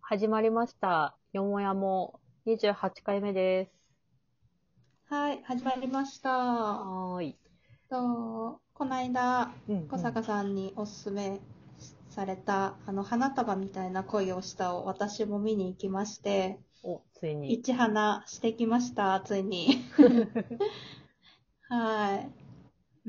始まりました。よもやも28回目です。 はい、始まりました。 はーい。 この間、小うん。 坂さんにおすすめされた、花束みたいな恋をしたを私も見に行きまして、 お、ついに。 一花してきました、ついに。はい。うん。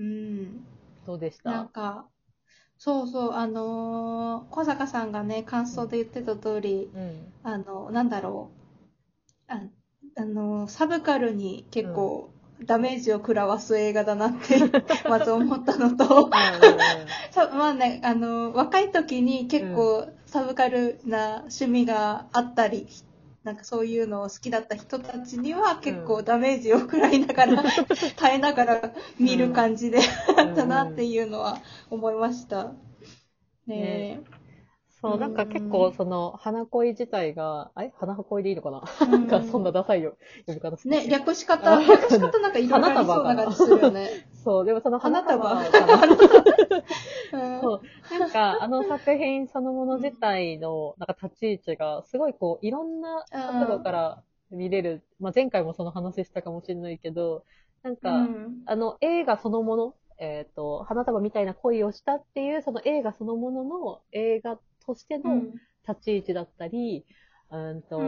どうでしなんた？ か、そうそう、小坂さんがね、感うん。 想で言ってた通り、 うん。 なんだろう。サブカルにうん。 結構ダメージを食らわす映画だなってまず思ったのと、 うんまあね、若い時にうん。 結構サブカルな趣味があったり、なんかそういうのを好きだった人たちには結構うん。 ダメージを食らいながら、耐えながらうん。 見る感じであったなってうん。 いうのは思いました。 ね。 ねえ。うそう、なんか結構ん。 花恋自体が、花恋でいいのかな？ うなんかそんなん。 ダサいよ、呼び方してたっね、 け？わ略かんない。 し方なんかいろいろ花あり束かな？ そうな感じするよね。 そう、でもその花花束束かな？ 花束うん。 そう。なんか、あの作品そのもの自うん。 体の、なんか立ち位置が、すごいこう、いろんな角度かうら見れる。まあ、前回もその話したかもしれないけど、なんか、 ん。 映画そのもの、花束みたいな恋をしたっていう、その映画そのものの映画としてのうん。 立ち位置だったり、 うん。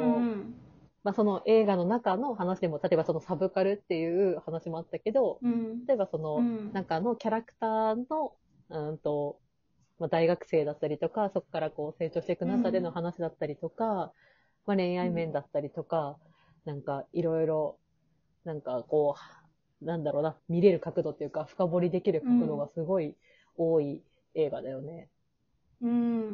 まあ、その映画の中の話でも、例えばそのサブカルっていう話もあったけど、 うん。 例えばそのうん。 中のキャラクターの、まあ、大学生だったりとか、そこからこう成長していくう中でのん。 話だったりとか、まあ、恋愛面だったりとか、なんかいろいろ、なんかこう、なんだろうな、見れる角度っていうか、深掘りできる角度がうん。 すごい多い映画だよね。 うん。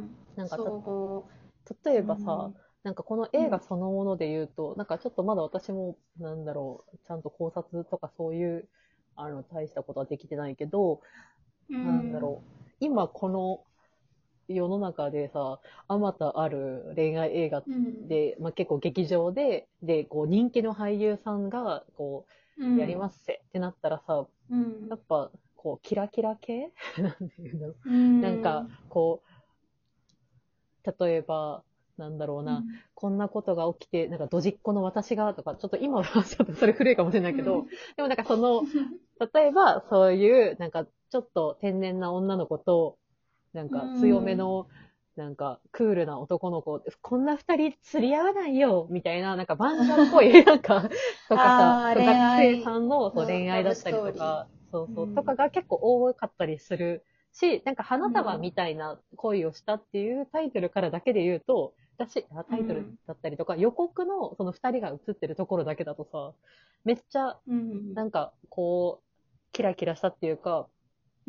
なんかそ例えう。うばさ、 ん。 なんかこのうん。 映画そのもので言うと、なんかちょっとまだ私も、なんだろう、ちゃんと考察とかそういう、大したことはできてないけど、 うなんだん。 ろう、今この世の中でさ、あまたある恋愛映画うん。 で、まあ、結構劇場で、こう人気の俳優さんが、こう、やりうん。 ますってなったらさ、 うん。 やっぱ、こう、キラキラ系なんていうの？ うなんか、 ん。 こう、例えば、なんだろうな、 うん。 こんなことが起きて、なんか、ドジっ子の私がとか、ちょっと今はちょっとそれ古いかもしれないけど、でもなんかその、例えば、そういう、なんか、ちょっと天然な女の子と、なんうか強めん。 の、なんかクールな男の子、こんな二人釣り合わないよ、みたいな、なんか漫画っぽい、なんか、とかさ、 ああ、恋学生愛さんのそうのラブス恋愛だったりトーリとか、そうー。うそう、とかん。 が結構多かったりするし、なんか花束みうん。 たいな恋をしたっていうタイトルからだけで言うと、タイトルうん。 だったりとか、予告のその二人が映ってるところだけだとさ、めっちゃ、 うん。 なんか、こう、キラキラしたっていうか、 うん。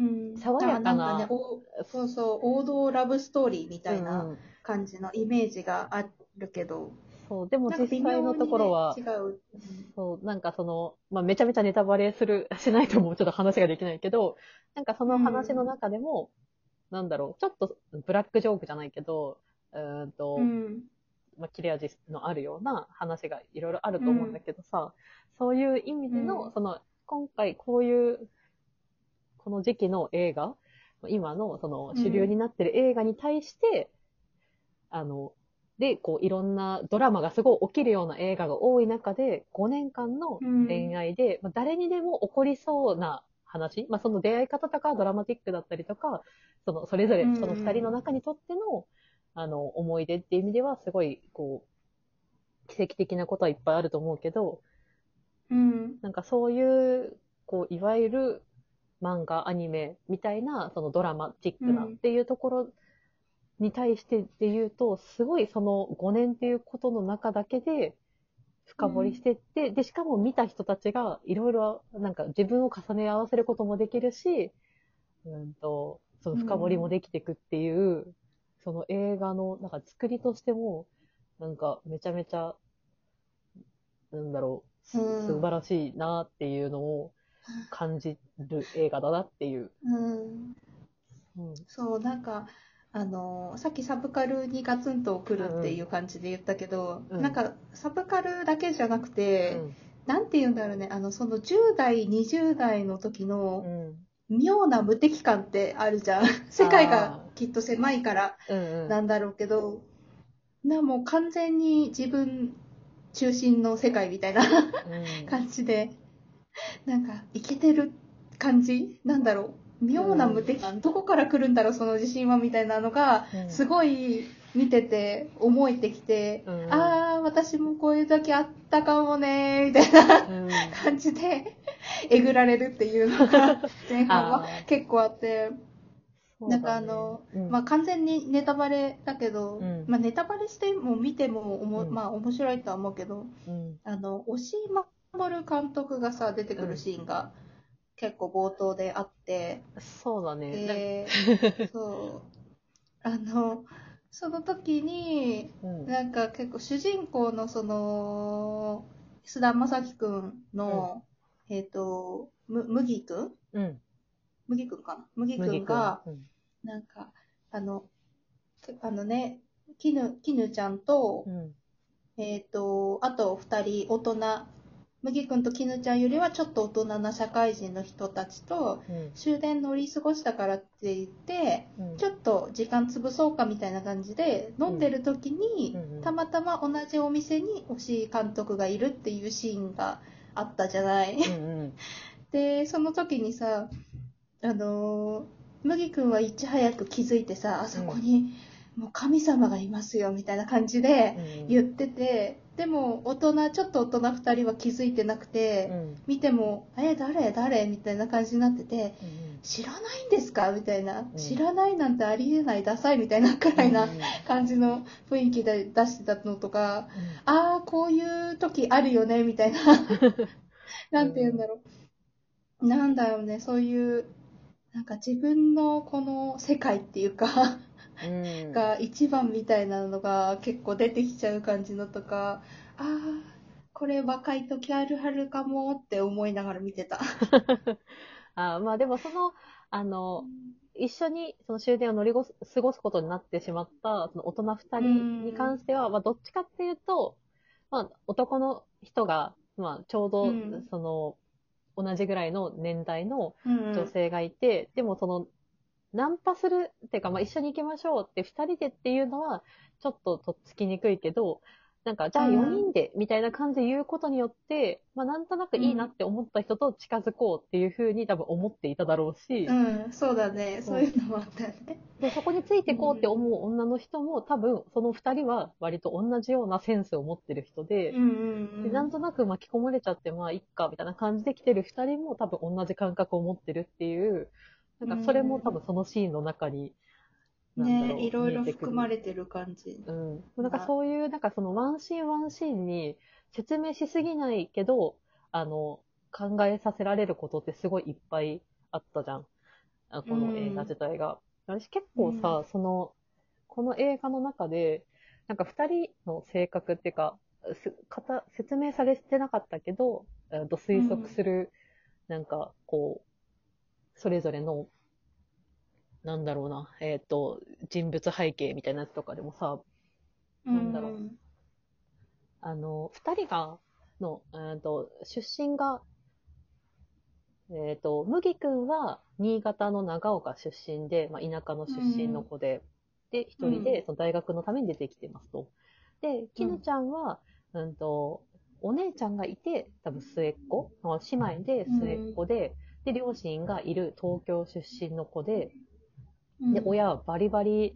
爽やかなんかね、 な、 そうそう、王道ラブストーリーみうたいなんうん、 感じのイメージがあるけど、 そう、でも実なんか微際のと妙にね、 ころは、 違う。うん。 そう、なんかその、まあ、めちゃめちゃネタバレしないともうちょっと話ができないけど、なんかそうの話のん。 中でも、なんだろう、ちょっとブラックジョークじゃないけど、 うん。 まあ、切れ味のあるような話がいろいろあると思うんだうん。 けどさ、そういう意味での、 うん。 その、今回こういう、この時期の映画、今のその主流にうん。 なってる映画に対して、あの、で、こう、いろんなドラマがすごい起きるような映画が多い中で、5年間のうん。 恋愛で、まあ、誰にでも起こりそうな話、まあ、その出会い方とかドラマティックだったりとか、それぞうれ、その2人のん。 中にとっての、思い出っていう意味では、すごい、こう、奇跡的なことはいっぱいあると思うけど、 うん。 なんかそういう、こう、いわゆる漫画、アニメみたいな、そのドラマチックなっうん。 ていうところに対してで言うと、すごいその5年っていうことの中だけで深掘りしうん。 てって、で、しかも見た人たちがいろいろなんか自分を重ね合わせることもできるし、そのう深掘りもん。 できていくっていう、その映画のなんか作りとしても、なんかめちゃめちゃ、なんだろう、 うん。 素晴らしいなっていうのを感じる映画だなっていう。 うん。 うん。 そう、さっきサブカルにガツンと来るっていうんう感じで言ったけど、 うん。 なんかサブカルだけじゃなくて、 うん。 なんて言うんだろうね、その10代、20代の時のうん。 妙な無敵感ってあるじゃん。世界がああ。 きっと狭いからうんうん。 なんだろうけど、 もう完全に自分中心の世界みたいな感じで、なんかイケてる感じなんだろう、妙な無敵感、どこから来るんだろうその自信はみたいなのがすごい見てて思えてきて、あー私もこういう時あったかもねみたいな感じでえぐられるっていうのが前半は結構あって、なんかまあ完全にネタバレだけど、まあネタバレしても見てもまあ面白いとは思うけど、押井守監督がさ出てくるシーンが結構冒頭であって、 そうだね。 で、そうその時に、なんか結構主人公のその菅田将暉くんの、麦くん、麦くんかな、麦くんが、なんかね、絹ちゃんと、あと2人大人、麦くんと絹ちゃんよりはちょっと大人な社会人の人たちと、終電乗り過ごしたからって言って、ちょっと時間潰そうかみたいな感じで飲んでる時に、たまたま同じお店に押井監督がいるっていうシーンがあったじゃない。でその時にさ、麦くんはいち早く気づいてさ、あそこにもう神様がいますよみたいな感じで言ってて、でもちょっと大人2人は気づいてなくて、見ても誰みたいな感じになってて、知らないんですかみたいな、知らないなんてありえない、ダサいみたいなくらいな感じの雰囲気で出してたのとか、ああこういう時あるよねみたいななんて言うんだろう、なんだろうね、そういうなんか自分のこの世界っていうかが一番みたいなのが結構出てきちゃう感じのとか、ああこれ若い時あるはるかもって思いながら見てた。 まあでも一緒にその終電を乗り過ごすことになってしまったその大人2人に関しては、まあどっちかっていうと、まあ男の人が、まあちょうどその同じぐらいの年代の女性がいて、でもそのナンパするっていうか、まあ一緒に行きましょうって2人でっていうのはちょっととっつきにくいけど、なんかじゃあ4人でみたいな感じで言うことによって、まあなんとなくいいなって思った人と近づこうっていうふうに多分思っていただろうし、 そうだね、そういうのもあったよね。 でそこについてこうって思う女の人も多分その2人は割と同じようなセンスを持ってる人で、でなんとなく巻き込まれちゃってまあいっかみたいな感じで来てる2人も多分同じ感覚を持ってるっていう、なんかそれも多分そのシーンの中にね、いろいろ見えてくる。 含まれてる感じ。 なんかそういう、なんかそのワンシーンワンシーンに説明しすぎないけど、考えさせられることってすごいいっぱいあったじゃん。この映画自体が。私結構さ、この映画の中で、なんか二人の性格っていうか、説明されてなかったけど、推測する、なんかこう、それぞれのなんだろうな、人物背景みたいなやつとかでもさ、なんだろう、二人が、出身が、麦くんは新潟の長岡出身で、まあ、田舎の出身の子で、で、一人でその大学のために出てきてますと。で、絹ちゃんは、お姉ちゃんがいて、多分末っ子、姉妹で末っ子で、で、両親がいる東京出身の子で、で、親はバリバリ、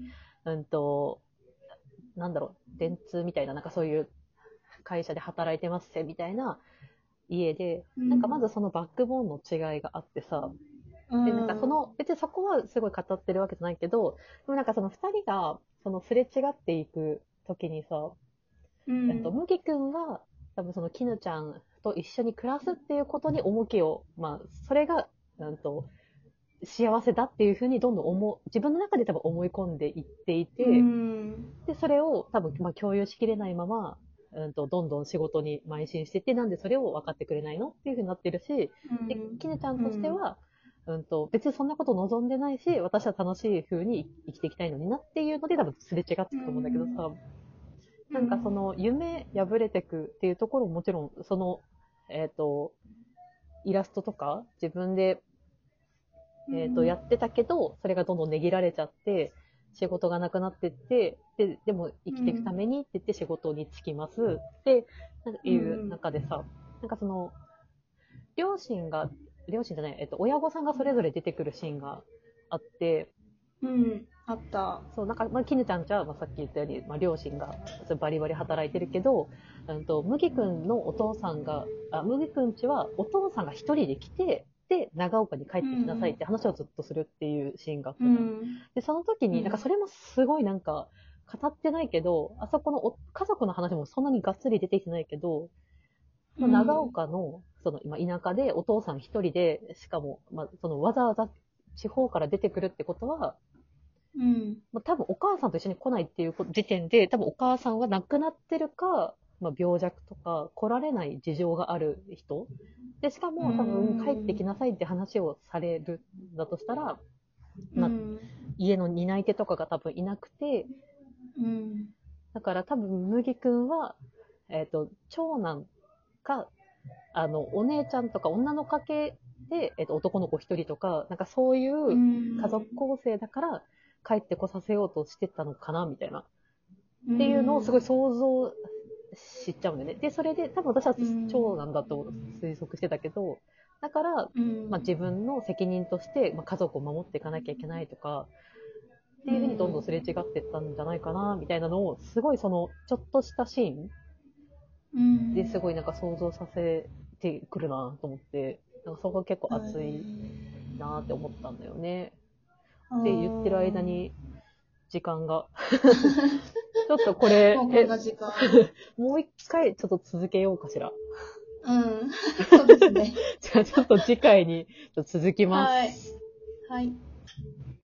なんだろう、電通みたいな、なんかそういう会社で働いてますせ、みたいな家で、なんかまずそのバックボーンの違いがあってさ、で、なんか別にそこはすごい語ってるわけじゃないけど、でもなんかその二人が、そのすれ違っていく時にさ、麦くんは、多分その絹ちゃんと一緒に暮らすっていうことに重きを、まあ、それが、幸せだっていうふうにどんどん自分の中で多分思い込んでいっていて、で、それを多分、まあ、共有しきれないまま、どんどん仕事に邁進していって、なんでそれを分かってくれないのっていうふうになってるし、で、きぬちゃんとしては、別にそんなこと望んでないし、私は楽しい風に生きていきたいのになっていうので多分すれ違ってたと思うんだけどさ、なんかその夢破れてくっていうところももちろん、その、イラストとか自分でやってたけど、それがどんどん値切られちゃって、 仕事がなくなってって、でも生きていくためにって言って仕事に就きます。っていう中でさ、なんかその、両親じゃない、親御さんがそれぞれ出てくるシーンがあって、 あった。 そう、なんか、まあ、きぬちゃんちは、まあ、さっき言ったように、まあ、両親がバリバリ働いてるけど、麦くんのお父さんが、麦くんちはお父さんが一人で来て、で、長岡に帰ってきなさいって話をずっとするっていうシーンがあったじゃん。で、その時に、なんかそれもすごいなんか、語ってないけど、あそこの家族の話もそんなにがっつり出てきてないけど、まあ、長岡の、その今田舎でお父さん一人で、しかも、まあ、そのわざわざ地方から出てくるってことは、まあ、多分お母さんと一緒に来ないっていう時点で、多分お母さんは亡くなってるか、まあ、病弱とか来られない事情がある人。で、しかも多分帰ってきなさいって話をされるんだとしたら、まあ、家の担い手とかが多分いなくて、だから多分麦くんは、長男か、お姉ちゃんとか女の家系で、男の子一人とか、なんかそういう家族構成だから、帰ってこさせようとしてたのかなみたいな。っていうのをすごい想像しちゃうんだよね。で、それで多分私は長男だと推測してたけど、だから、まあ、自分の責任として、まあ、家族を守っていかなきゃいけないとか、っていうふうにどんどんすれ違っていったんじゃないかな、みたいなのを、すごいその、ちょっとしたシーンですごいなんか想像させてくるなと思って、なんかそこが結構熱いなって思ったんだよね。って言ってる間に時間がちょっとこれもうこんな時間もう一回ちょっと続けようかしら。 そうですね。 じゃあちょっと次回に続きます。 はい。はい。